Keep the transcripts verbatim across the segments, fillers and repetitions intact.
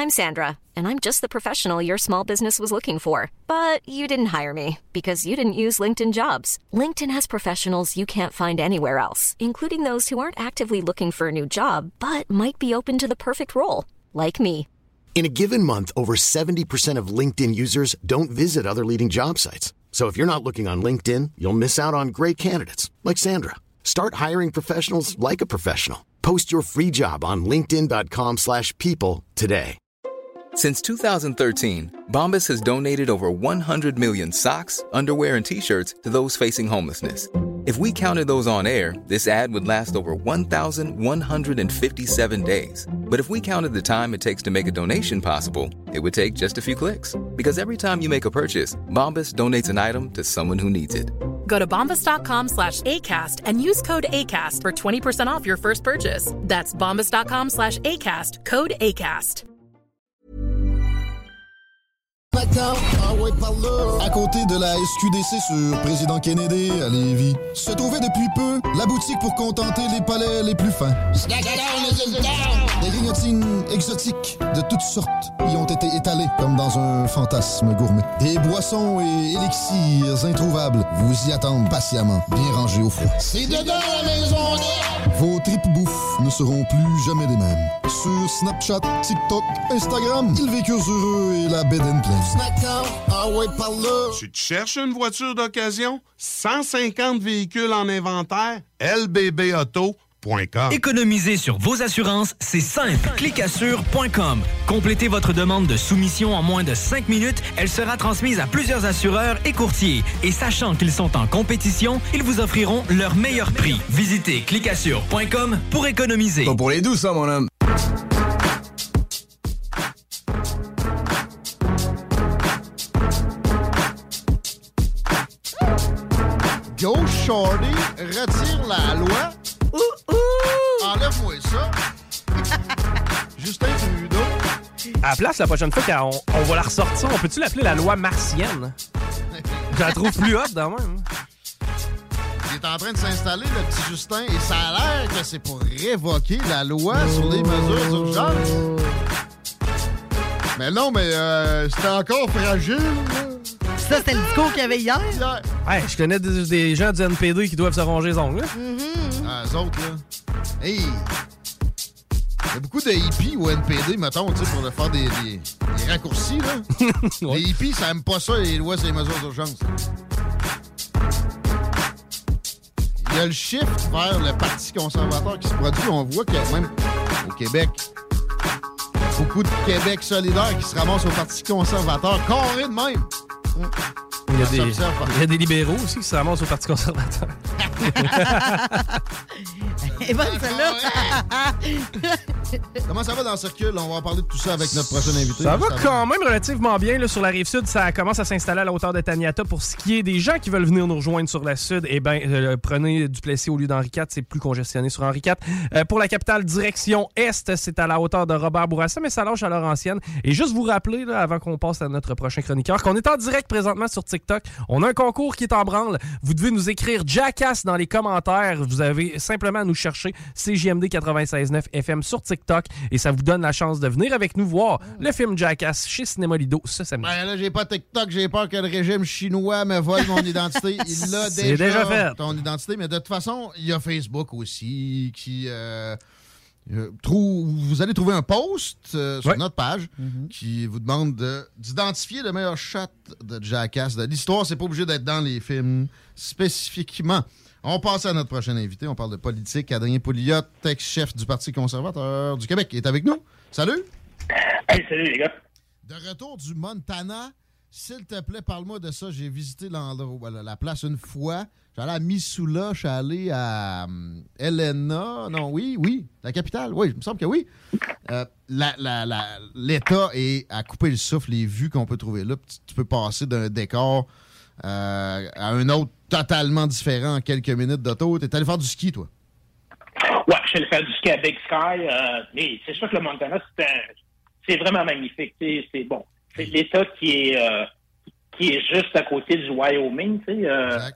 I'm Sandra, and I'm just the professional your small business was looking for. But you didn't hire me because you didn't use LinkedIn Jobs. LinkedIn has professionals you can't find anywhere else, including those who aren't actively looking for a new job, but might be open to the perfect role, like me. In a given month, over seventy percent of LinkedIn users don't visit other leading job sites. So if you're not looking on LinkedIn, you'll miss out on great candidates like Sandra. Start hiring professionals like a professional. Post your free job on linkedin.com slash people today. Since two thousand thirteen, Bombas has donated over one hundred million socks, underwear, and T-shirts to those facing homelessness. If we counted those on air, this ad would last over one thousand one hundred fifty-seven days. But if we counted the time it takes to make a donation possible, it would take just a few clicks. Because every time you make a purchase, Bombas donates an item to someone who needs it. Go to bombas.com slash ACAST and use code ACAST for twenty percent off your first purchase. That's bombas.com slash ACAST, code ACAST. À côté de la S Q D C sur Président Kennedy à Lévis, se trouvait depuis peu la boutique pour contenter les palais les plus fins. Des grignotines exotiques de toutes sortes y ont été étalées comme dans un fantasme gourmet. Des boissons et élixirs introuvables vous y attendent patiemment, bien rangés au froid. C'est dedans la maison! Vos tripes bouffe ne seront plus jamais les mêmes. Sur Snapchat, TikTok, Instagram, ils vécurent heureux et la bed and pleine. Ah ouais, par là. Tu te cherches une voiture d'occasion? cent cinquante véhicules en inventaire? L B B auto point com. Économiser sur vos assurances, c'est simple. clicassure point com. Complétez votre demande de soumission en moins de cinq minutes. Elle sera transmise à plusieurs assureurs et courtiers. Et sachant qu'ils sont en compétition, ils vous offriront leur meilleur prix. Visitez clicassure point com pour économiser. Pas pour les douces, ça, mon homme. Go Shorty, retire la loi. Ouh, ouh. Enlève-moi ça. Justin Trudeau. À la place, la prochaine fois qu'on on va la ressortir, on peut-tu l'appeler la loi martienne? Je la trouve plus haute, dans même. Il est en train de s'installer, le petit Justin, et ça a l'air que c'est pour révoquer la loi oh. sur les mesures d'urgence. Mais non, mais euh, c'était encore fragile, là. Ça, c'était le discours qu'il y avait hier. hier. Ouais, je connais des, des gens du N P D qui doivent se ronger les ongles. Mm-hmm. Ah, eux autres, là. Hey! Il y a beaucoup de hippies au N P D, mettons, tu sais, pour faire des, des, des raccourcis, là. ouais. Les hippies, ça aime pas ça, les lois sur les mesures d'urgence. Il y a le shift vers le Parti conservateur qui se produit. On voit qu'il y a même au Québec beaucoup de Québec solidaire qui se ramassent au Parti conservateur. Carré de même! Il y, a des, il y a des libéraux aussi qui se ramassent au Parti conservateur. Et bonne celle-là! Comment ça va dans le circuit? On va en parler de tout ça avec notre prochain invité. Ça va ça quand va. même relativement bien. Là, sur la Rive-Sud, ça commence à s'installer à la hauteur de Taniata. Pour ce qui est des gens qui veulent venir nous rejoindre sur la Sud, eh bien, euh, prenez Duplessis au lieu d'Henri quatre. C'est plus congestionné sur Henri quatre. Euh, pour la capitale, direction Est, c'est à la hauteur de Robert Bourassa, mais ça lâche à Laurentienne. Et juste vous rappeler, là, avant qu'on passe à notre prochain chroniqueur, qu'on est en direct présentement sur TikTok. On a un concours qui est en branle. Vous devez nous écrire Jackass dans les commentaires. Vous avez simplement à nous chercher C J M D quatre-vingt-seize neuf F M sur TikTok et ça vous donne la chance de venir avec nous voir le film Jackass chez Cinéma Lido ce samedi. Ben là, j'ai pas TikTok, j'ai peur que le régime chinois me vole mon identité. Il l'a déjà, déjà fait. Ton identité, mais de toute façon, il y a Facebook aussi qui... Euh... Euh, trou, vous allez trouver un post euh, sur ouais. notre page mm-hmm. qui vous demande de, d'identifier le meilleur shot de Jackass de l'histoire. C'est pas obligé d'être dans les films spécifiquement. On passe à notre prochain invité. On parle de politique. Adrien Pouliot, ex-chef du Parti conservateur du Québec, est avec nous. Salut! Hey, salut les gars! De retour du Montana, s'il te plaît, parle-moi de ça. J'ai visité l'endroit, la place une fois. J'allais à Missoula, je suis allé à um, Helena. Non, oui, oui, la capitale. Oui, il me semble que oui. Euh, la, la, la, L'État est à couper le souffle, les vues qu'on peut trouver là. Tu peux passer d'un décor euh, à un autre totalement différent en quelques minutes d'auto. T'es allé faire du ski, toi? Ouais, je suis allé faire du ski à Big Sky. Euh, mais c'est sûr que le Montana, c'est, un, c'est vraiment magnifique. C'est, c'est bon. C'est l'État qui est, euh, qui est juste à côté du Wyoming, tu sais. Euh,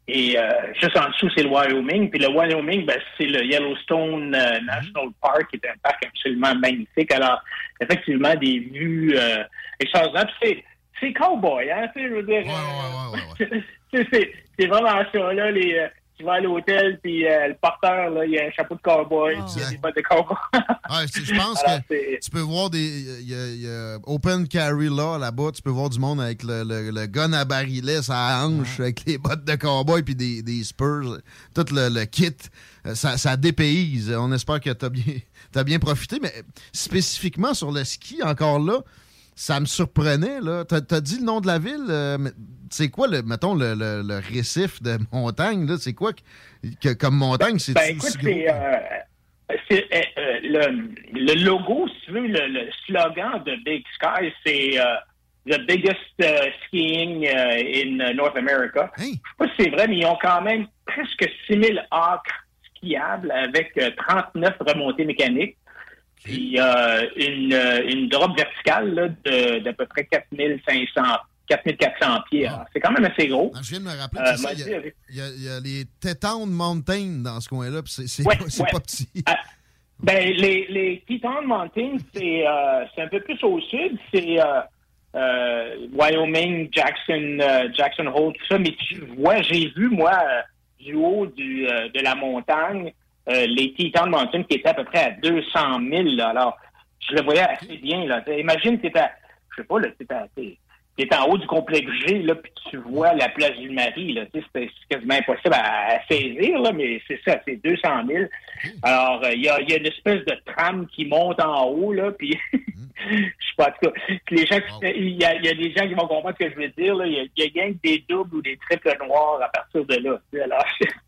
Et euh, juste en dessous, c'est le Wyoming. Puis le Wyoming, ben, c'est le Yellowstone euh, National Park, qui est un parc absolument magnifique. Alors, effectivement, des vues euh, extraordinaires. Puis c'est, c'est cowboy, hein, tu sais, je veux dire. Ouais, ouais, ouais, ouais, ouais. c'est, c'est, c'est vraiment ça, là, les... Euh, tu vas à l'hôtel, puis euh, le porteur, là, il y a un chapeau de cowboy, oh. Il y a des bottes de cowboy. Ouais, je pense Alors, que c'est... tu peux voir des... Il y, a, il y a open carry là, là-bas, tu peux voir du monde avec le, le, le gun à barillet, sa hanche, ouais. Avec les bottes de cowboy, puis des, des spurs, tout le, le kit. Ça, ça dépayse. On espère que t'as bien, t'as bien profité, mais spécifiquement sur le ski, encore là, ça me surprenait, là. T'as, t'as dit le nom de la ville, euh, mais c'est quoi, le, mettons, le, le, le récif de montagne, là? C'est quoi que, que, comme montagne? C'est ben, écoute, c'est, euh, c'est euh, le, le logo, si tu veux, le, le slogan de Big Sky, c'est euh, The Biggest uh, Skiing uh, in North America. Hey. Je sais pas si c'est vrai, mais ils ont quand même presque six mille acres skiables avec euh, trente-neuf remontées mécaniques. Puis euh, une, une drop verticale là, de, d'à peu près quatre mille cinq cents, quatre mille quatre cents pieds. Ah. C'est quand même assez gros. Ah, je viens de me rappeler euh, ça, il, y a, il, y a, il y a les Teton Mountain dans ce coin-là, puis c'est, c'est, ouais, pas, c'est ouais. pas petit. Ah, ben, les, les Teton Mountain, c'est, euh, c'est un peu plus au sud. C'est euh, euh, Wyoming, Jackson, euh, Jackson Hole, tout ça. Mais tu vois, j'ai vu, moi, euh, du haut du, euh, de la montagne, Euh, les Teton Mountain qui étaient à peu près à deux cent mille. Là. Alors, je le voyais assez bien. Là. Imagine, t'es à, je sais pas, là, t'es, à, t'es, t'es en haut du complexe G, là, puis tu vois la place du Marie. Là. C'est, c'est quasiment impossible à, à saisir, là, mais c'est ça, c'est deux cent mille. Alors, il euh, y, a, y a une espèce de tram qui monte en haut, là, puis je sais pas, en tout cas, les gens, il y, y a des gens qui vont comprendre ce que je veux dire. Il y a, y a rien que des doubles ou des triples noirs à partir de là. Alors,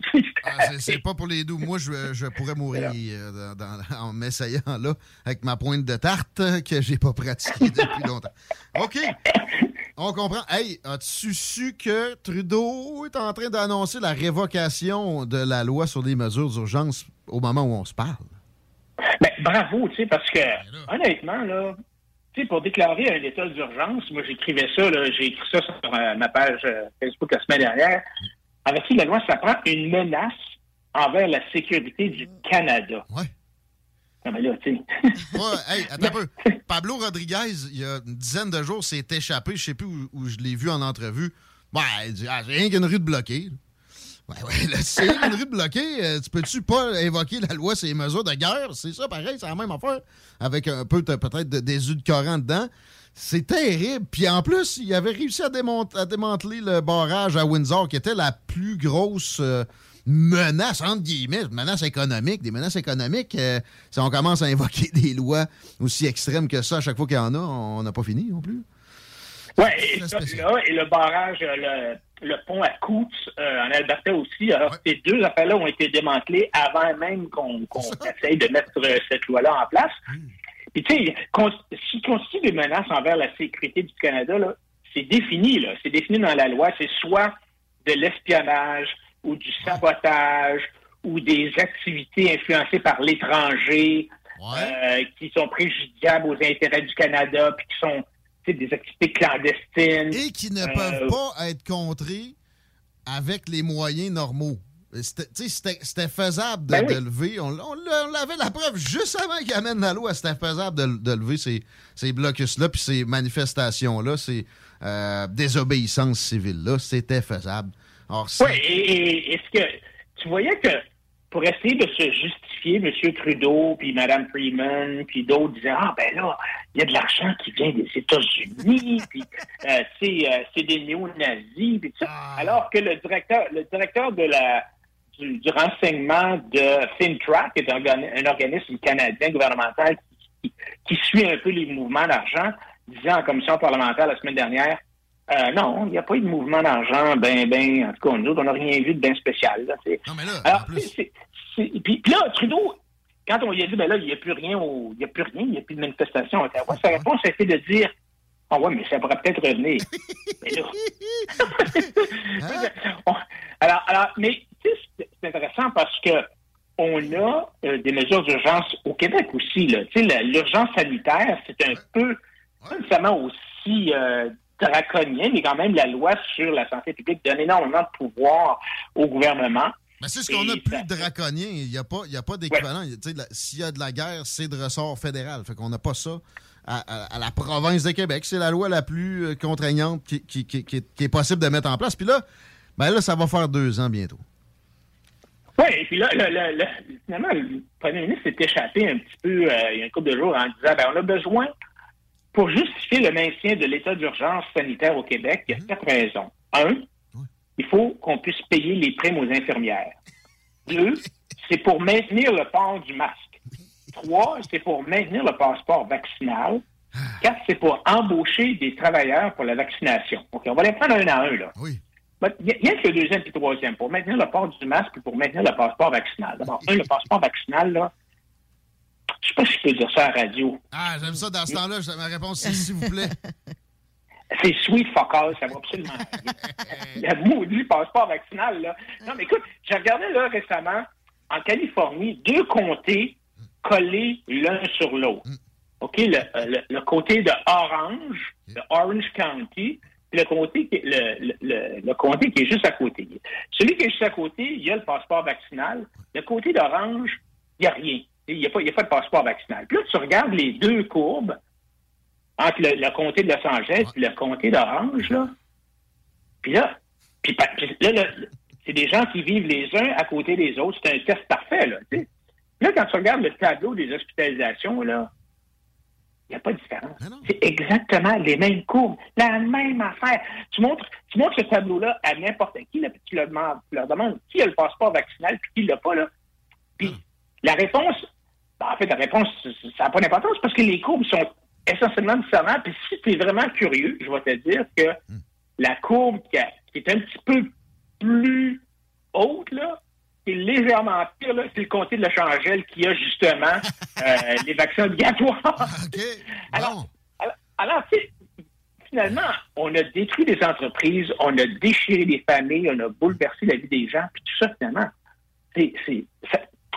ah, c'est, c'est pas pour les doubles. Moi, je, je pourrais mourir euh, dans, dans, en m'essayant là avec ma pointe de tarte que j'ai pas pratiquée depuis longtemps. OK. On comprend. Hey, as-tu su que Trudeau est en train d'annoncer la révocation de la loi sur les mesures d'urgence au moment où on se parle? Ben, bravo, tu sais, parce que, honnêtement, là, tu sais, pour déclarer un état d'urgence, moi, j'écrivais ça, là, j'ai écrit ça sur euh, ma page euh, Facebook la semaine dernière. Avec la loi, ça prend une menace envers la sécurité du Canada. Ouais. Non, mais là, tu sais. Ouais, hey, attends un peu. Pablo Rodriguez, il y a une dizaine de jours, s'est échappé, je sais plus où, où je l'ai vu en entrevue. Ouais, il dit, ah, j'ai rien qu'une rue de bloquée. Ouais, ouais, là, c'est une rue de bloquée. Euh, tu peux-tu pas évoquer la loi sur les mesures de guerre? C'est ça, pareil, c'est la même affaire. Avec un peu, peut-être, de, des édulcorants dedans. C'est terrible. Puis en plus, il avait réussi à, démont- à démanteler le barrage à Windsor, qui était la plus grosse euh, menace, entre guillemets, menace économique. Des menaces économiques, euh, si on commence à invoquer des lois aussi extrêmes que ça à chaque fois qu'il y en a, on n'a pas fini non plus. Oui, et, et le barrage, le, le pont à Coots euh, en Alberta aussi. Alors, ouais. Ces deux affaires-là ont été démantelés avant même qu'on, qu'on essaye de mettre euh, cette loi-là en place. Mmh. Puis, tu sais, ce qui constitue des menaces envers la sécurité du Canada, là, c'est défini, là. C'est défini dans la loi. C'est soit de l'espionnage ou du sabotage ou des activités influencées par l'étranger ouais. euh, qui sont préjudiciables aux intérêts du Canada puis qui sont des activités clandestines. Et qui ne euh, peuvent pas être contrées avec les moyens normaux. C'était, c'était, c'était faisable de, ben oui. de lever. On, on, on avait la preuve juste avant qu'il amène la loi. C'était faisable de, de lever ces, ces blocus-là puis ces manifestations-là, ces euh, désobéissances civiles-là. C'était faisable. Alors, c'est... Oui, et, et est-ce que tu voyais que pour essayer de se justifier, M. Trudeau, puis Mme Freeman, puis d'autres disaient « Ah, ben là, il y a de l'argent qui vient des États-Unis, puis euh, c'est, euh, c'est des néo-nazis, puis tout ça. Ah. » Alors que le directeur, le directeur de la, du, du renseignement de FinTrack, qui est un, un organisme canadien gouvernemental qui, qui suit un peu les mouvements d'argent, disait en commission parlementaire la semaine dernière Euh, non, il n'y a pas eu de mouvement d'argent, ben, ben, en tout cas, nous autres, on n'a rien vu de bien spécial. Là, non, mais là, alors, en plus... c'est, c'est, puis, puis là, Trudeau, quand on lui a dit, ben là, il n'y a plus rien, au, il n'y a plus rien, il n'y a plus de manifestation, sa réponse a été de dire, ah oh, ouais, mais ça pourrait peut-être revenir. Mais là... hein? alors, alors, mais, tu sais, c'est intéressant parce que on a euh, des mesures d'urgence au Québec aussi, là. Tu sais, l'urgence sanitaire, c'est un peu, pas nécessairement aussi... Euh, draconien, mais quand même, la loi sur la santé publique donne énormément de pouvoir au gouvernement. Mais c'est ce qu'on a plus draconien. Il n'y a pas, il y a pas d'équivalent. Ouais. Tu sais, s'il y a de la guerre, c'est de ressort fédéral. Fait qu'on n'a pas ça à, à, à la province de Québec. C'est la loi la plus contraignante qui, qui, qui, qui, est, qui est possible de mettre en place. Puis là, ben là, ça va faire deux ans bientôt. Oui, et puis là, le, le, le, finalement, le premier ministre s'est échappé un petit peu euh, il y a un couple de jours en disant ben, on a besoin, pour justifier le maintien de l'état d'urgence sanitaire au Québec, il y a mmh. quatre raisons. Un, il faut qu'on puisse payer les primes aux infirmières. Deux, c'est pour maintenir le port du masque. Trois, c'est pour maintenir le passeport vaccinal. Quatre, c'est pour embaucher des travailleurs pour la vaccination. OK, on va les prendre un à un, là. Oui. Il y a que le deuxième et le troisième, pour maintenir le port du masque et pour maintenir le passeport vaccinal. D'abord, un, le passeport vaccinal, là, je sais pas si je peux dire ça à la radio. Ah, j'aime ça. Dans ce temps-là, ma réponse, c'est s'il vous plaît. C'est sweet fuck all, ça va absolument rien. Le maudit passeport vaccinal, là. Non, mais écoute, j'ai regardé, là, récemment, en Californie, deux comtés collés l'un sur l'autre. OK? Le, le, le comté de Orange, le Orange County, puis le comté, qui, le, le, le comté qui est juste à côté. Celui qui est juste à côté, il y a le passeport vaccinal. Le côté d'Orange, il n'y a rien. Il n'y a, a pas de passeport vaccinal. Puis là, tu regardes les deux courbes, entre le, le comté de Los Angeles et le comté d'Orange, là. Puis là, puis, puis là, là, c'est des gens qui vivent les uns à côté des autres. C'est un test parfait, là. T'sais. Là, quand tu regardes le tableau des hospitalisations, là, il n'y a pas de différence. C'est exactement les mêmes courbes, la même affaire. Tu montres, tu montres ce tableau-là à n'importe qui, là, puis tu leur demandes, tu leur demandes qui a le passeport vaccinal puis qui ne l'a pas, là. Puis la réponse, ben, en fait, la réponse, ça n'a pas d'importance parce que les courbes sont essentiellement différentes. Puis si tu es vraiment curieux, je vais te dire que mm. la courbe qui, a, qui est un petit peu plus haute, là, qui est légèrement pire, là, c'est le comté de Los Angeles qui a justement euh, les vaccins obligatoires. Okay. Alors, bon. alors, alors tu sais, finalement, on a détruit des entreprises, on a déchiré des familles, on a bouleversé la vie des gens, puis tout ça, finalement, c'est, c'est, ça,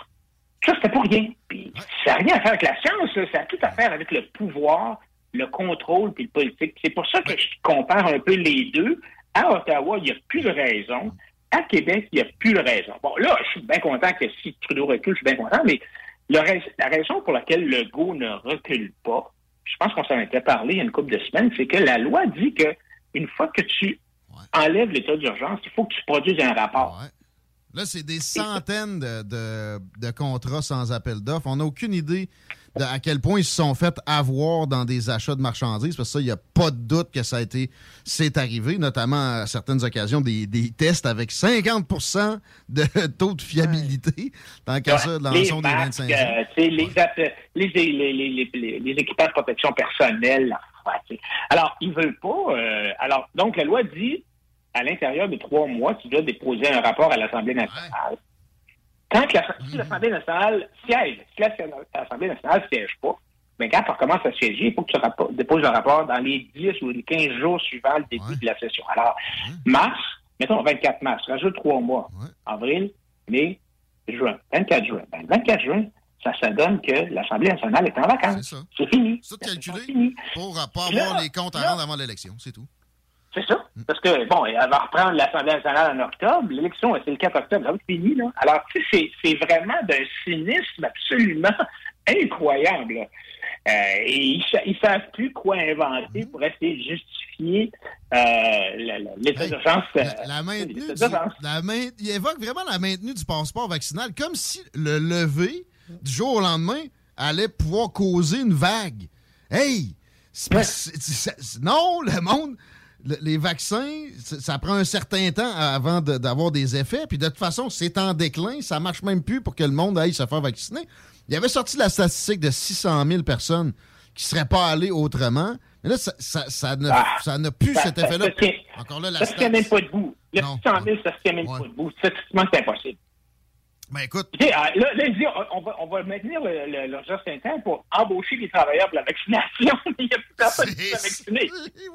ça, c'était pour rien. Puis ça n'a rien à faire avec la science, là, ça a tout à faire avec le pouvoir, le contrôle, puis le politique. C'est pour ça que je compare un peu les deux. À Ottawa, il n'y a plus de raison. À Québec, il n'y a plus de raison. Bon, là, je suis bien content que si Trudeau recule, je suis bien content, mais le, la raison pour laquelle Legault ne recule pas, je pense qu'on s'en était parlé il y a une couple de semaines, c'est que la loi dit que une fois que tu ouais. enlèves l'état d'urgence, il faut que tu produises un rapport. Ouais. Là, c'est des centaines de, de, de contrats sans appel d'offres. On n'a aucune idée de à quel point ils se sont fait avoir dans des achats de marchandises, parce que ça, il n'y a pas de doute que ça a été, c'est arrivé, notamment à certaines occasions, des, des tests avec cinquante pour cent de taux de fiabilité, tant qu'à ça, de l'ensemble des vingt-cinq ans. Euh, les, ouais. les, les, les, les, les, les équipements de protection personnelle. Ouais, alors, ils veulent pas. Euh, alors, donc, la loi dit, à l'intérieur de trois mois, tu dois déposer un rapport à l'Assemblée nationale. Ouais. Quand la, si l'Assemblée nationale siège, si l'Assemblée nationale ne siège pas, bien, quand on recommence à siéger, il faut que tu rapport, déposes le rapport dans les dix ou les quinze jours suivant le début ouais. de la session. Alors, ouais. mars, mettons vingt-quatre mars, rajoute trois mois. Ouais. Avril, mai, juin. vingt-quatre juin. Ben, vingt-quatre juin, ça, ça donne que l'Assemblée nationale est en vacances. C'est, ça. c'est fini. C'est tout calculé pour pas avoir là, les comptes à là, rendre avant l'élection, c'est tout. C'est ça. Parce que, bon, elle va reprendre l'Assemblée nationale en octobre. L'élection, c'est le quatre octobre. Ça va être fini, là. Alors, tu sais, c'est, c'est vraiment d'un cynisme absolument incroyable. Euh, et ils ne savent plus quoi inventer pour essayer de justifier euh, la, la, l'état d'urgence. Euh, la, la maintenue du, la main, il évoque vraiment la maintenue du passeport vaccinal, comme si le lever du jour au lendemain allait pouvoir causer une vague. Hey! C'est, ouais. c'est, c'est, c'est, non, le monde... Le, les vaccins, ça prend un certain temps avant de, d'avoir des effets. Puis de toute façon, c'est en déclin. Ça marche même plus pour que le monde aille se faire vacciner. Il y avait sorti la statistique de six cent mille personnes qui ne seraient pas allées autrement. Mais là, ça, ça, ça, n'a, ah, ça n'a plus ça, cet ça, effet-là. Ça, Encore là, la ça ne se tient même pas debout. Le six cent mille, ça ne se tient même ouais. pas debout. Statistiquement, c'est impossible. Ben écoute... Tu sais, là, là, il dit, on va, on va maintenir le, le, l'urgence sanitaire pour embaucher les travailleurs pour la vaccination. Il n'y a plus personne qui s'est vacciné.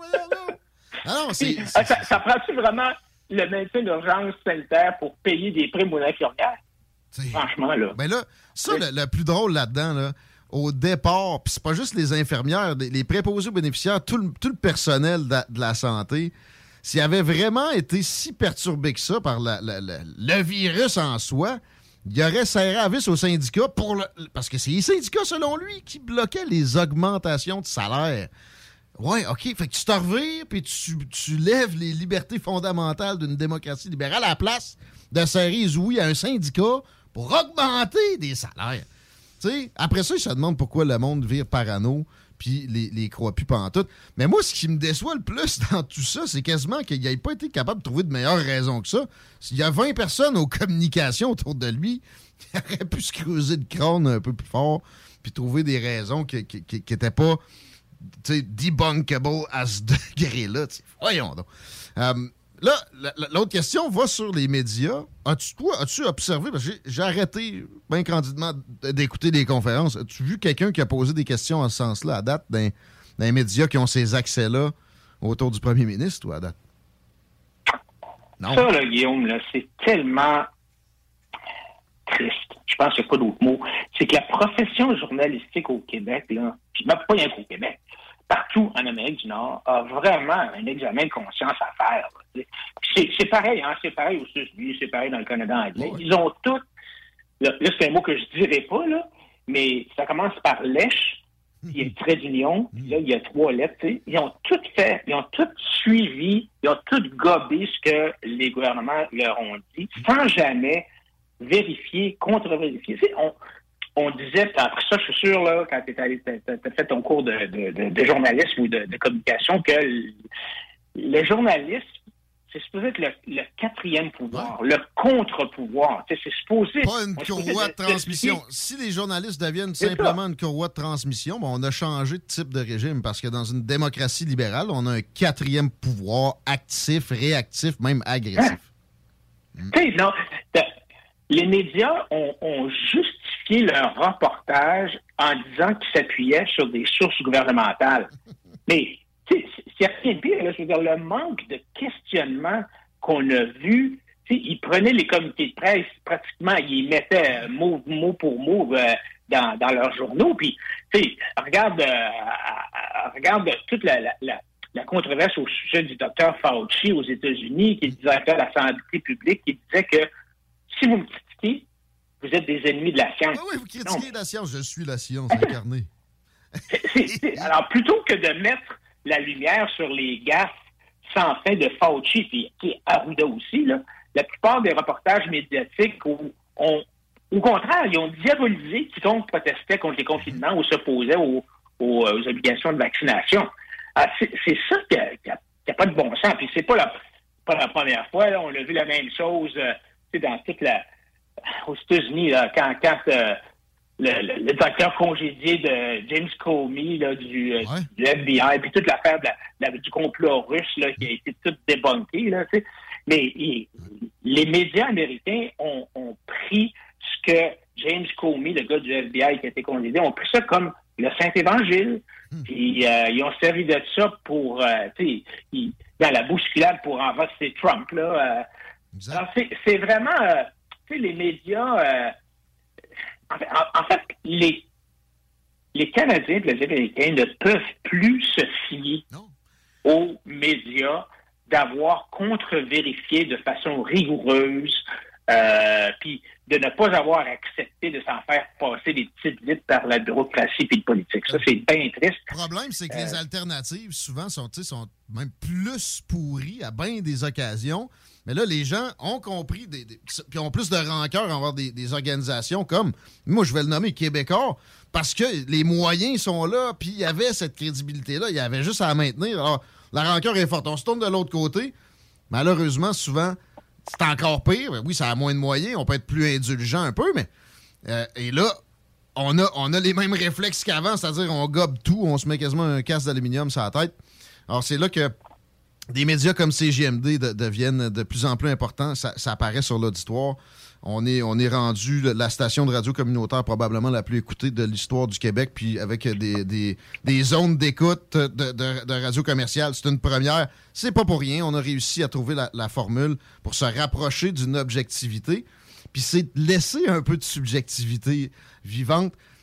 Ah non, c'est, c'est, ça, ça, ça prend-tu vraiment le maintien d'urgence sanitaire pour payer des primes aux infirmières? Franchement, là. Ben là, ça, le, le plus drôle là-dedans, là, au départ, puis c'est pas juste les infirmières, les préposés aux bénéficiaires, tout le, tout le personnel de, de la santé, s'il avait vraiment été si perturbé que ça par la, la, la, le virus en soi, il aurait serré à vis aux syndicats pour le, parce que c'est les syndicats, selon lui, qui bloquaient les augmentations de salaire. Ouais, OK. Fait que tu te revires puis tu, tu lèves les libertés fondamentales d'une démocratie libérale à la place de serrer les ouïes à un syndicat pour augmenter des salaires. Tu sais, après ça, ils se demandent pourquoi le monde vire parano puis les, les croit plus pantoute. Mais moi, ce qui me déçoit le plus dans tout ça, c'est quasiment qu'il n'ait pas été capable de trouver de meilleures raisons que ça. S'il y a vingt personnes aux communications autour de lui, il aurait pu se creuser le crâne un peu plus fort puis trouver des raisons qui n'étaient pas debunkable à ce degré-là. T'sais. Voyons donc. Euh, Là, l'autre question va sur les médias. As-tu, toi, as-tu observé, parce que j'ai, j'ai arrêté bien candidement d'écouter des conférences, as-tu vu quelqu'un qui a posé des questions en ce sens-là à date dans, dans les médias qui ont ces accès-là autour du premier ministre, ou à date? Non. Ça, là, Guillaume, là, c'est tellement triste. Je pense qu'il n'y a pas d'autre mot. C'est que la profession journalistique au Québec, là, puis même pas rien qu'au Québec, partout en Amérique du Nord, a vraiment un examen de conscience à faire. C'est, c'est pareil, hein, c'est pareil aux États-Unis, c'est pareil dans le Canada anglais. Ils ont tous, là, là c'est un mot que je dirais pas, là, mais ça commence par lèche, il y a le trait d'union, puis là, il y a trois lettres, t'sais. Ils ont tout fait, ils ont tout suivi, ils ont tout gobé ce que les gouvernements leur ont dit, sans jamais vérifier, contre-vérifier. T'sais, on, on disait, après ça, je suis sûr, là, quand tu as fait ton cours de, de, de, de journalisme ou de, de communication, que le, le journalisme, c'est supposé être le, le quatrième pouvoir, ouais. le contre-pouvoir. C'est supposé... Pas une courroie de transmission. De... Si les journalistes deviennent c'est simplement ça. Une courroie de transmission, ben on a changé de type de régime, parce que dans une démocratie libérale, on a un quatrième pouvoir actif, réactif, même agressif. Hein? Mm. Tu sais, non... Les médias ont, ont justifié leur reportage en disant qu'ils s'appuyaient sur des sources gouvernementales. Mais, tu sais, c'est rien de pire. Là, je veux dire, le manque de questionnement qu'on a vu, tu sais, ils prenaient les comités de presse, pratiquement, ils les mettaient mot, mot pour mot euh, dans, dans leurs journaux. Puis, tu sais, regarde, euh, regarde toute la, la, la, la controverse au sujet du docteur Fauci aux États-Unis, qui est le directeur de la santé publique, qui disait que si vous me critiquez, vous êtes des ennemis de la science. Ah oui, vous critiquez non. la science. Je suis la science incarnée. c'est, c'est, c'est, alors, plutôt que de mettre la lumière sur les gaffes sans fin de Fauci, puis qui est Arruda aussi, là, la plupart des reportages médiatiques ont, ont, au contraire, ils ont diabolisé quiconque protestait contre les confinements ou s'opposait aux, aux, aux obligations de vaccination. Alors, c'est, c'est ça qui n'a pas de bon sens. Puis c'est pas la, pas la première fois. Là, on a vu la même chose... Euh, dans toute la... aux États-Unis, là, quand, quand euh, le, le, le docteur congédié de James Comey là, du, ouais. du F B I, puis toute l'affaire de la, la, du complot russe là, qui a été toute débunkée, là, tu sais. Mais il, les médias américains ont, ont pris ce que James Comey, le gars du F B I qui a été congédié, ont pris ça comme le Saint-Évangile. Hmm. Puis euh, ils ont servi de ça pour, euh, tu sais, dans la bousculade pour renverser Trump, là. Euh, Alors, c'est, c'est vraiment, euh, tu sais, les médias, euh, en, fait, en, en fait, les, les Canadiens et les Américains ne peuvent plus se fier non. aux médias d'avoir contre-vérifié de façon rigoureuse, euh, puis de ne pas avoir accepté de s'en faire passer des petites vites par la bureaucratie et le politique. Ça, c'est bien triste. Le problème, c'est que euh, les alternatives, souvent, sont, sont même plus pourries à bien des occasions. Mais là, les gens ont compris, des, des, puis ont plus de rancœur envers des, des organisations comme, moi, je vais le nommer Québécois, parce que les moyens sont là, puis il y avait cette crédibilité-là, il y avait juste à la maintenir. Alors, la rancœur est forte. On se tourne de l'autre côté. Malheureusement, souvent, c'est encore pire. Oui, ça a moins de moyens, on peut être plus indulgent un peu, mais... Euh, et là, on a, on a les mêmes réflexes qu'avant, c'est-à-dire on gobe tout, on se met quasiment un casque d'aluminium sur la tête. Alors, c'est là que des médias comme C J M D de, deviennent de plus en plus importants. Ça, ça apparaît sur l'auditoire. On est, on est rendu la station de radio communautaire probablement la plus écoutée de l'histoire du Québec, puis avec des, des, des zones d'écoute de, de, de radio commerciale. C'est une première. C'est pas pour rien. On a réussi à trouver la, la formule pour se rapprocher d'une objectivité. Puis c'est de laisser un peu de subjectivité vivante.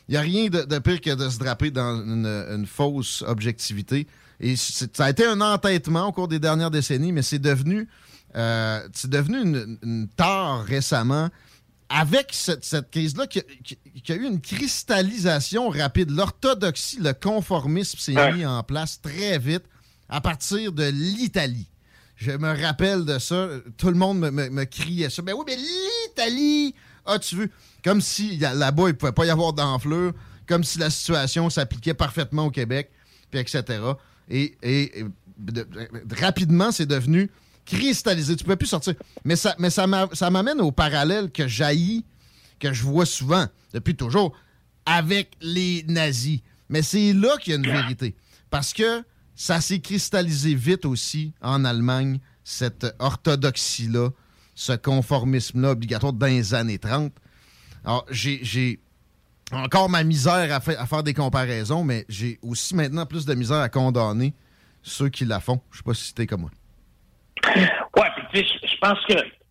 Il n'y a rien de, de pire que de se draper dans une, une fausse objectivité. Et c'est, ça a été un entêtement au cours des dernières décennies, mais c'est devenu, euh, c'est devenu une, une tare récemment avec cette, cette crise-là qui, qui, qui a eu une cristallisation rapide. L'orthodoxie, le conformisme s'est ouais. mis en place très vite à partir de l'Italie. Je me rappelle de ça. Tout le monde me, me, me criait ça. « Ben oui, mais l'Italie! As-tu vu? » Comme si là-bas, il ne pouvait pas y avoir d'enflure, comme si la situation s'appliquait parfaitement au Québec, puis et cetera. Et, et, et de, de, rapidement, c'est devenu cristallisé. Tu ne pouvais plus sortir. Mais ça, mais ça, m'a, ça m'amène au parallèle que j'haïs, que je vois souvent, depuis toujours, avec les nazis. Mais c'est là qu'il y a une vérité. Parce que ça s'est cristallisé vite aussi en Allemagne, cette orthodoxie-là, ce conformisme-là obligatoire dans les années trente. Alors, j'ai, j'ai encore ma misère à, fa- à faire des comparaisons, mais j'ai aussi maintenant plus de misère à condamner ceux qui la font. Je sais pas si c'était comme moi. Ouais, puis tu sais, je pense que,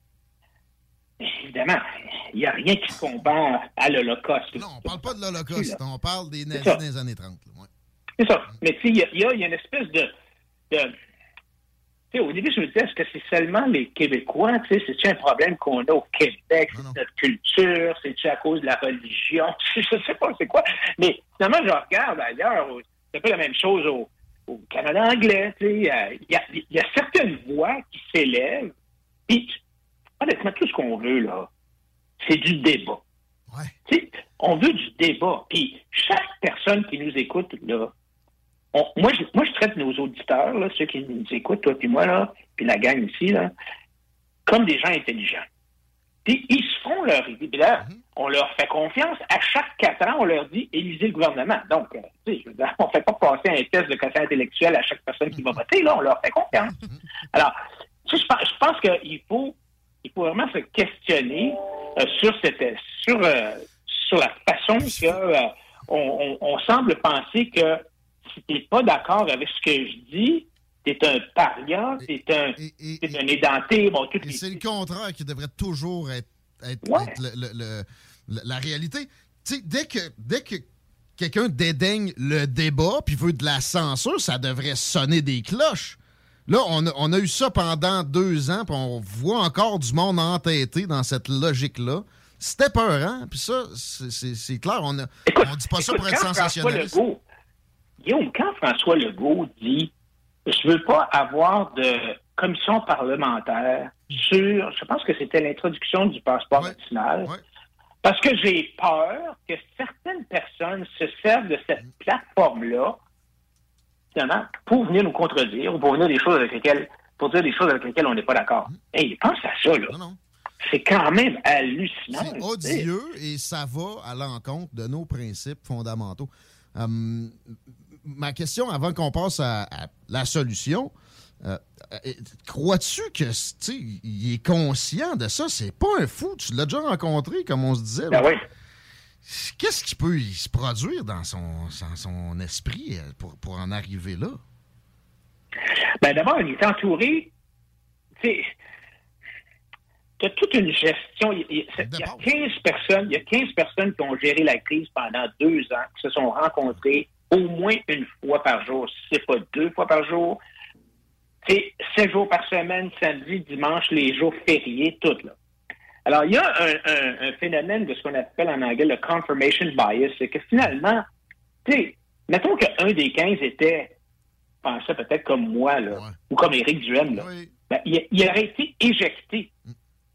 évidemment, il n'y a rien qui se combat à l'Holocauste. Non, on parle pas de l'Holocauste, on parle des nazis dans les années trente. Là, ouais. C'est ça. Mais tu sais, il y, y, y a une espèce de... de tu sais, au début, je me disais, est-ce que c'est seulement les Québécois? Tu sais, c'est-tu un problème qu'on a au Québec? C'est notre culture? C'est-tu à cause de la religion? Je sais pas c'est quoi. Mais finalement, je regarde ailleurs, c'est un peu la même chose au, au Canada anglais. Tu sais, il y a, y a certaines voix qui s'élèvent. Puis, honnêtement, tout ce qu'on veut, là, c'est du débat. Ouais. Tu sais, on veut du débat. Puis, chaque personne qui nous écoute, là, On, moi, je, moi, je traite nos auditeurs, là, ceux qui nous écoutent, toi puis moi, là, puis la gang ici, là, comme des gens intelligents. Puis ils se font leur idée. Puis là, mm-hmm. on leur fait confiance. À chaque quatre ans, on leur dit « élisez le gouvernement ». Donc, euh, tu sais, on ne fait pas passer un test de quotient intellectuel à chaque personne qui va voter. Là, on leur fait confiance. Alors, tu sais, je pense, je pense qu'il faut, il faut vraiment se questionner euh, sur, cette, sur, euh, sur la façon que euh, on, on, on semble penser que si t'es pas d'accord avec ce que je dis, t'es un paria, t'es un, et, et, t'es et, un édenté. Bon, tout et c'est le contraire qui devrait toujours être, être, ouais. être le, le, le, la réalité. Tu sais, dès que, dès que quelqu'un dédaigne le débat puis veut de la censure, ça devrait sonner des cloches. Là, on a, on a eu ça pendant deux ans, puis on voit encore du monde entêté dans cette logique-là. C'était peurant, puis ça, c'est, c'est, c'est clair. On a, écoute, on dit pas écoute, ça pour être sensationnaliste. Guillaume, quand François Legault dit « Je veux pas avoir de commission parlementaire sur... » Je pense que c'était l'introduction du passeport ouais. vaccinal. Ouais. Parce que j'ai peur que certaines personnes se servent de cette plateforme-là, finalement, pour venir nous contredire ou pour venir des choses avec lesquelles, pour dire des choses avec lesquelles on n'est pas d'accord. Hey, pense à ça, là. Non, non. C'est quand même hallucinant. C'est odieux et ça va à l'encontre de nos principes fondamentaux. Um, ma question, avant qu'on passe à, à la solution, euh, euh, crois-tu que il est conscient de ça? C'est pas un fou. Tu l'as déjà rencontré, comme on se disait. Ben oui. Qu'est-ce qui peut se produire dans son, dans son esprit pour, pour en arriver là? Ben d'abord, il est entouré. Tu sais, tu as toute une gestion. Il y, a, il y a quinze personnes, il y a quinze personnes qui ont géré la crise pendant deux ans, qui se sont rencontrées au moins une fois par jour, si c'est pas deux fois par jour. C'est sept jours par semaine, samedi, dimanche, les jours fériés, tout là. Alors, il y a un, un, un phénomène de ce qu'on appelle en anglais le confirmation bias, c'est que finalement, tu sais, mettons qu'un des quinze était, pensait peut-être comme moi, là, ouais. ou comme Éric Duhaime, là, oui. ben, il, il aurait été éjecté. Mm.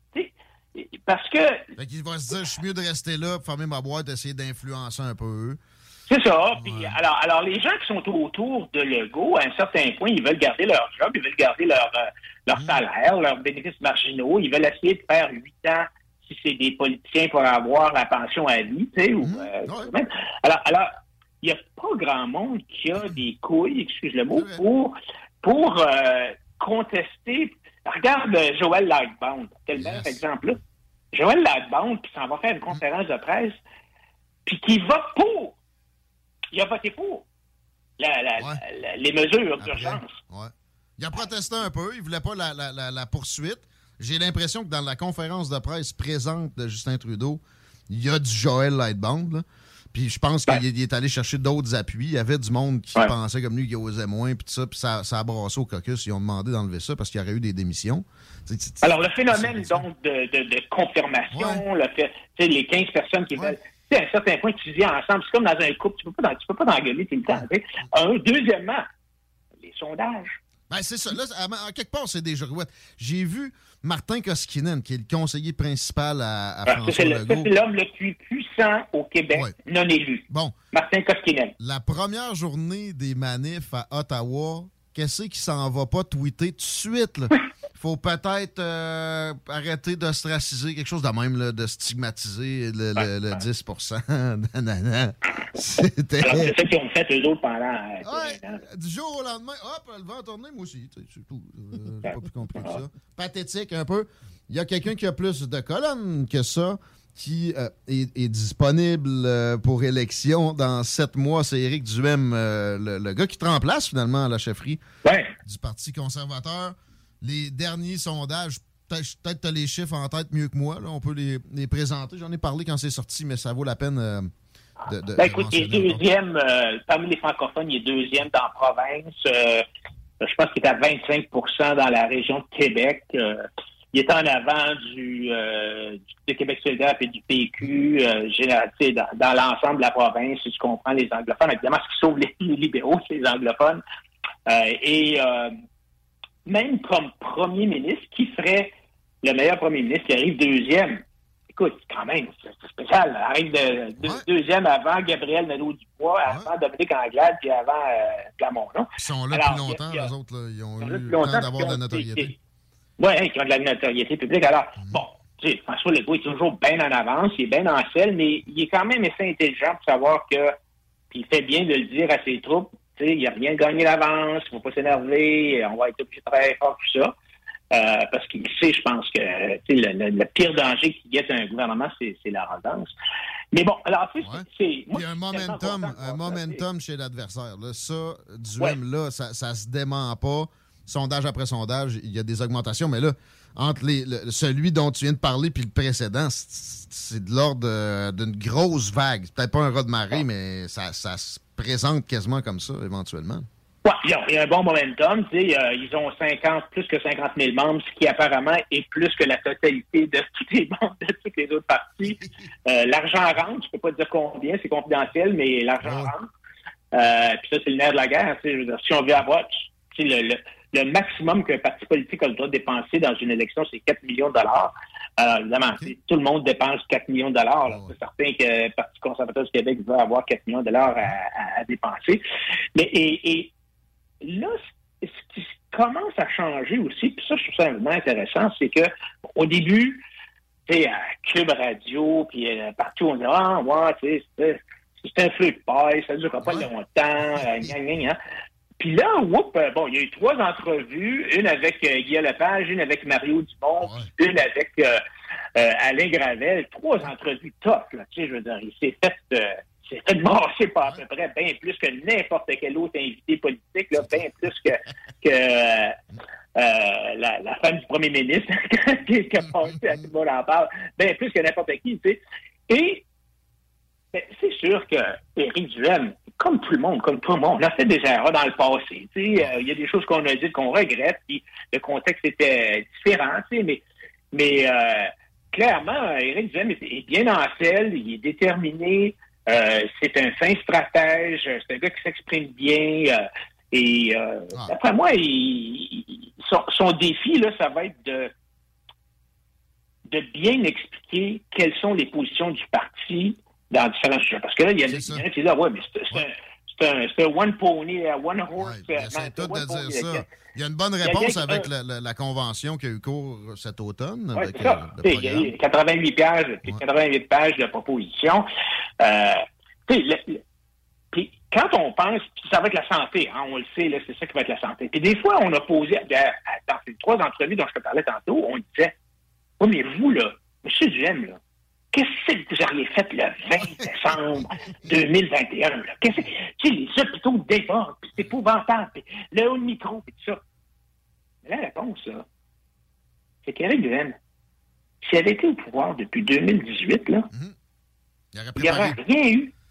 Parce que... Fait qu'il va se dire, je suis mieux de rester là, fermer ma boîte, essayer d'influencer un peu. C'est ça. Ouais. Puis, alors, alors, les gens qui sont autour de Legault, à un certain point, ils veulent garder leur job, ils veulent garder leur, euh, leur mmh. salaire, leurs bénéfices marginaux, ils veulent essayer de faire huit ans si c'est des politiciens pour avoir la pension à vie, tu sais, mmh. ou... Euh, ouais. même. Alors, alors, il n'y a pas grand monde qui a des couilles, excuse le mot, pour, pour euh, contester... Regarde euh, Joël Lightbound, quel yes. meilleur exemple là. Joël Lightbound qui s'en va faire une conférence de presse, puis qui va pour. Il a voté pour la, la, ouais. la, les mesures Après, d'urgence. Ouais. Il a protesté un peu, il voulait pas la, la, la, la poursuite. J'ai l'impression que dans la conférence de presse présente de Justin Trudeau, il y a du Joël Lightbound, là. Puis je pense Ben. qu'il est allé chercher d'autres appuis. Il y avait du monde qui Ouais. pensait comme lui, qui osait moins, puis tout ça, puis ça, ça a brassé au caucus. Ils ont demandé d'enlever ça parce qu'il y aurait eu des démissions. C'est- c'est- Alors, le phénomène, donc, de, de, de confirmation, le fait, tu sais, les quinze personnes qui Ouais. veulent, tu sais, à un certain point, tu dis ensemble, c'est comme dans un couple, tu peux pas, dans- tu peux pas t'engueuler tout le temps. tu sais. Un, deuxièmement, les sondages. Ben, c'est ça. Là, à, à quelque part, c'est des girouettes. J'ai vu Martin Koskinen, qui est le conseiller principal à, à Alors, ça, François c'est le- ça, Legault. c'est l'homme le plus puissant au Québec, Ouais. non élu. Bon, Martin Koskinen. la première journée des manifs à Ottawa, qu'est-ce qui s'en va pas tweeter tout de suite? Là? Faut peut-être euh, arrêter d'ostraciser, quelque chose de même, là, de stigmatiser le, le- le dix pour cent. Nanana. C'était... Alors, c'est ça qu'ils ont fait, eux autres, pendant... euh, Ouais, quinze ans. du jour au lendemain, hop, le vent a tourné, moi aussi. tu sais, C'est tout. Euh, j'ai pas plus compris que ça. Pathétique un peu. Il y a quelqu'un qui a plus de colonnes que ça, qui euh, est, est disponible euh, pour élection dans sept mois. C'est Éric Duhem, euh, le, le gars qui te remplace finalement à la chefferie Ouais. du Parti conservateur. Les derniers sondages, peut-être peut-être tu as les chiffres en tête mieux que moi. Là. On peut les, les présenter. J'en ai parlé quand c'est sorti, mais ça vaut la peine euh, de, de. Ben, de écoute, il est mentionner encore. deuxième, euh, parmi les francophones, il est deuxième dans la province. Euh, je pense qu'il est à vingt-cinq pour cent dans la région de Québec. Euh, il est en avant du, euh, du Québec solidaire et du P Q, euh, général, tu sais, dans, dans l'ensemble de la province, si tu comprends les anglophones. Évidemment, ce qui sauve les, les libéraux, c'est les anglophones. Euh, et euh, même comme premier ministre, qui serait le meilleur premier ministre qui arrive deuxième? Écoute, quand même, c'est c'est spécial. là. Arrive de, de- Ouais. deuxième avant Gabriel Nadeau-Dubois, avant Dominique Anglade, puis avant euh, Plamondon. Ils sont là Alors, depuis longtemps, il y a- eux autres. Là. Ils ont Ils sont là eu depuis le longtemps, temps d'avoir de la puis notoriété. Oui, qui ont de la notoriété publique. Alors, bon, tu sais, François Legault est toujours bien en avance, il est bien en selle, mais il est quand même assez intelligent pour savoir que, puis il fait bien de le dire à ses troupes, tu sais, il n'y a rien de gagné d'avance, il ne faut pas s'énerver, on va être obligé de travailler fort, tout ça. Euh, parce qu'il sait, je pense que tu sais, le, le, le pire danger qui guette un gouvernement, c'est, c'est l'arrogance. Mais bon, alors, tu sais, Ouais. c'est... c'est- moi, Puis un je suis tellement momentum, content de un voir ça, momentum chez l'adversaire. Là. Ça, Duhem, là, ça, ça se dément pas. Sondage après sondage, il y a des augmentations, mais là, entre les, le- celui dont tu viens de parler puis le précédent, c'est, c'est de l'ordre euh, d'une grosse vague. C'est peut-être pas un raz de marée, mais ça, ça se présente quasiment comme ça, éventuellement. Ouais, il y a- il y a un bon momentum. Tu sais, euh, ils ont cinquante, plus que cinquante mille membres, ce qui apparemment est plus que la totalité de tous les membres de tous les autres partis. Euh, l'argent rentre, je peux pas dire combien, c'est confidentiel, mais l'argent Ouais. rentre. Euh, puis ça, c'est le nerf de la guerre. Tu sais, je veux dire, si on veut avoir tu sais, le, le, le maximum qu'un parti politique a le droit de dépenser dans une élection, c'est quatre millions de dollars. Alors, évidemment, Okay. tout le monde dépense quatre millions de dollars. là. Ouais. C'est certain que le Parti conservateur du Québec veut avoir quatre millions de dollars à, à, à dépenser. Mais et, et là, ce qui commence à changer aussi, puis ça, je trouve ça vraiment intéressant, c'est que au début, tu sais, à Cube Radio, puis euh, partout, on dit « Ah, ouais, tu sais, c'est, c'est un feu de paille, ça ne durera pas Ouais. longtemps, euh, gna, gna, gna. » Puis là, whoop, euh, bon, il y a eu trois entrevues, une avec euh, Guy Lepage, une avec Mario Dumont, Ouais. puis une avec euh, euh, Alain Gravel. Trois entrevues top, là, tu sais, je veux dire, il s'est fait... Euh, c'est fait brasser par à peu près bien plus que n'importe quel autre invité politique, là, bien plus que, que euh, euh, la, la femme du premier ministre qui, qui a passé à tout le monde en parle, bien plus que n'importe qui, tu sais. Et ben, c'est sûr que Éric Duhem, comme tout le monde, comme tout le monde, on a fait des erreurs dans le passé. Tu sais, euh, il y a des choses qu'on a dites qu'on regrette, puis le contexte était différent, tu sais, mais, mais euh, clairement, Éric Duhem est, est bien en selle, il est déterminé. Euh, c'est un fin stratège, c'est un gars qui s'exprime bien. Euh, et euh, Ah. d'après moi, il, il- son, son défi, là, ça va être de, de bien expliquer quelles sont les positions du parti dans différents sujets. Parce que là, il y a C'est ça. il y en a qui disent, ouais, mais c'est, c'est, Ouais. un, c'est, un, c'est un one pony, un one horse. Ouais, euh, c'est man, tout un one de dire pony, ça. euh, Il y a une bonne y a réponse bien- avec la, la- la convention qui a eu cours cet automne. Oui, avec c'est ça. le- le Tu sais, il y a programme. eu quatre-vingt-huit pages, puis Ouais. quatre-vingt-huit pages de propositions. Euh, tu sais, le- le- puis quand on pense, puis ça va être la santé, hein, on le sait, là, c'est ça qui va être la santé. Puis des fois, on a posé, à- dans ces trois entrevues dont je te parlais tantôt, on disait, oui, mais vous, là, M. Duhem, là, qu'est-ce que vous auriez fait le vingt décembre deux mille vingt et un? Là? Qu'est-ce que, tu sais, les hôpitaux débordent, puis c'est épouvantable, puis le haut de micro, puis tout ça. Mais la réponse, là, c'est qu'Éric Duhem, s'il avait été au pouvoir depuis deux mille dix-huit, là, Il aurait il n'y aurait préparé. rien eu.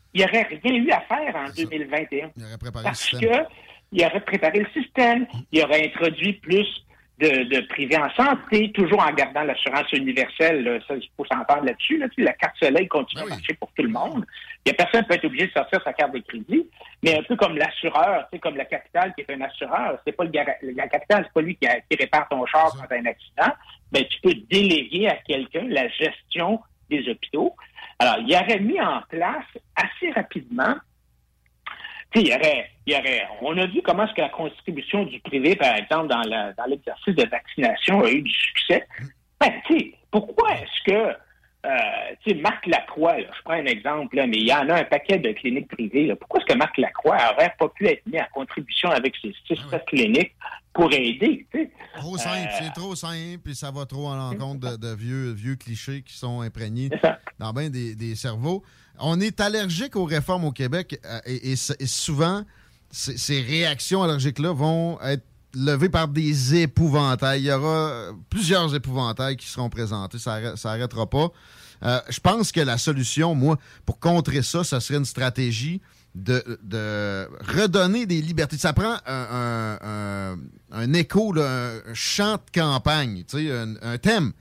il n'y aurait rien eu à faire en deux mille vingt et un. Il aurait préparé parce le système. qu'il aurait préparé le système, il aurait introduit plus de, de privé en santé, toujours en gardant l'assurance universelle. Là, ça, il faut s'entendre là-dessus. Là, la carte soleil continue oui. à marcher pour tout le monde. Il y a personne qui peut être obligé de sortir sa carte de crédit, mais un peu comme l'assureur, tu sais, comme la Capitale qui est un assureur, c'est pas le gar- la Capitale, c'est pas lui qui, a, qui répare ton char quand tu as un accident. Ben, tu peux déléguer à quelqu'un la gestion des hôpitaux. Alors, il aurait mis en place assez rapidement. Tu sais, il y aurait, il y aurait, on a vu comment est-ce que la contribution du privé, par exemple, dans, la, dans l'exercice de vaccination a eu du succès. Ben, tu sais, pourquoi est-ce que, euh, tu sais, Marc Lacroix, là, je prends un exemple, là, mais il y en a un paquet de cliniques privées, là. Pourquoi est-ce que Marc Lacroix n'aurait pas pu être mis en contribution avec ses six ah ouais. cliniques pour aider, tu sais? Trop simple, euh, c'est trop simple, et ça va trop à l'encontre de, de vieux, vieux clichés qui sont imprégnés dans bien des, des cerveaux. On est allergique aux réformes au Québec euh, et, et, et souvent, c- ces réactions allergiques-là vont être levées par des épouvantails. Il y aura plusieurs épouvantails qui seront présentés. Ça n'arrêtera pas. Euh, je pense que la solution, moi, pour contrer ça, ça serait une stratégie de, de redonner des libertés. Ça prend un, un, un, un écho, là, un chant de campagne, tu sais, un, un thème.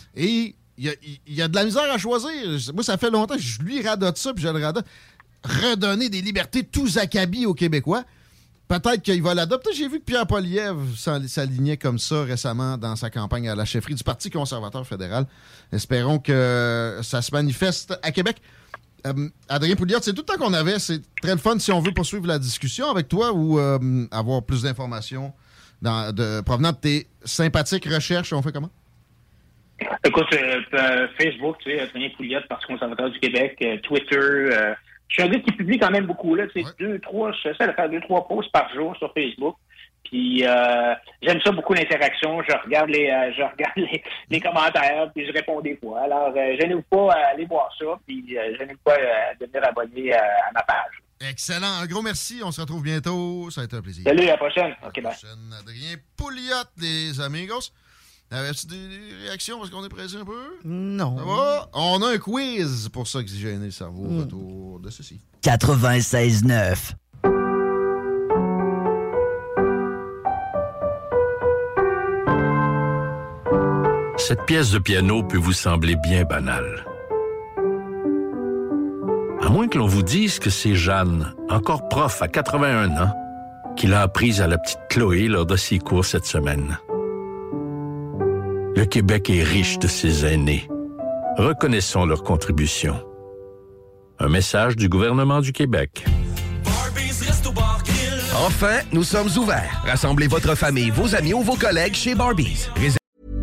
Et il y, a, il y a de la misère à choisir. Moi, ça fait longtemps que je lui radote ça, puis je le radote. Redonner des libertés tous acabis aux Québécois. Peut-être qu'il va l'adopter. J'ai vu que Pierre Poilievre s'alignait comme ça récemment dans sa campagne à la chefferie du Parti conservateur fédéral. Espérons que ça se manifeste à Québec. Euh, Adrien Pouliot, c'est tout le temps qu'on avait. C'est très le fun si on veut poursuivre la discussion avec toi ou euh, avoir plus d'informations dans, de, provenant de tes sympathiques recherches. On fait comment? Écoute, euh, euh, Facebook, tu sais, Adrien Pouliot, Parti conservateur du Québec, euh, Twitter. Euh, je suis un gars qui publie quand même beaucoup, là. Tu sais, ouais. deux, trois, j'essaie de faire deux, trois posts par jour sur Facebook. Puis euh, j'aime ça beaucoup l'interaction. Je regarde les, euh, je regarde les, les commentaires, puis je réponds des fois. Alors, euh, je n'ai pas à aller voir ça, puis euh, je n'ai pas à devenir abonné à, à ma page. Excellent. Un gros merci. On se retrouve bientôt. Ça a été un plaisir. Salut, à la prochaine. À OK, la prochaine. Bye. Adrien Pouliot, les amigos. Avais-tu des réactions parce qu'on est pressé un peu? Non. Ça va? On a un quiz pour s'oxygéner le cerveau mm. autour de ceci. quatre-vingt-seize neuf. Cette pièce de piano peut vous sembler bien banale. À moins que l'on vous dise que c'est Jeanne, encore prof à quatre-vingt-un ans, qui l'a apprise à la petite Chloé lors de ses cours cette semaine. Le Québec est riche de ses aînés. Reconnaissons leur contribution. Un message du gouvernement du Québec. Enfin, nous sommes ouverts. Rassemblez votre famille, vos amis ou vos collègues chez Barbies. Rés-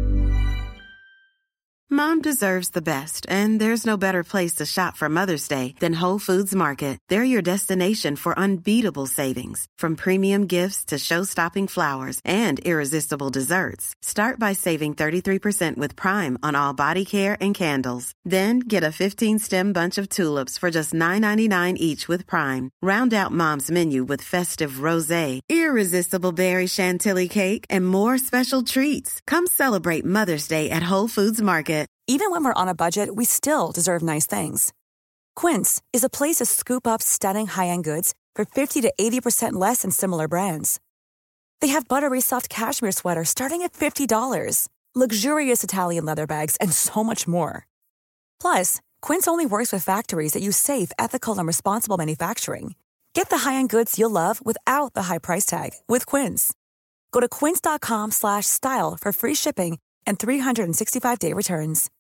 Mom deserves the best, and there's no better place to shop for Mother's Day than Whole Foods Market. They're your destination for unbeatable savings, from premium gifts to show-stopping flowers and irresistible desserts. Start by saving thirty-three percent with Prime on all body care and candles. Then get a fifteen-stem bunch of tulips for just nine ninety-nine each with Prime. Round out Mom's menu with festive rosé, irresistible berry chantilly cake, and more special treats. Come celebrate Mother's Day at Whole Foods Market. Even when we're on a budget, we still deserve nice things. Quince is a place to scoop up stunning high-end goods for fifty to eighty percent less than similar brands. They have buttery soft cashmere sweaters starting at fifty dollars, luxurious Italian leather bags, and so much more. Plus, Quince only works with factories that use safe, ethical, and responsible manufacturing. Get the high-end goods you'll love without the high price tag with Quince. Go to quince.com slash style for free shipping and three sixty-five day returns.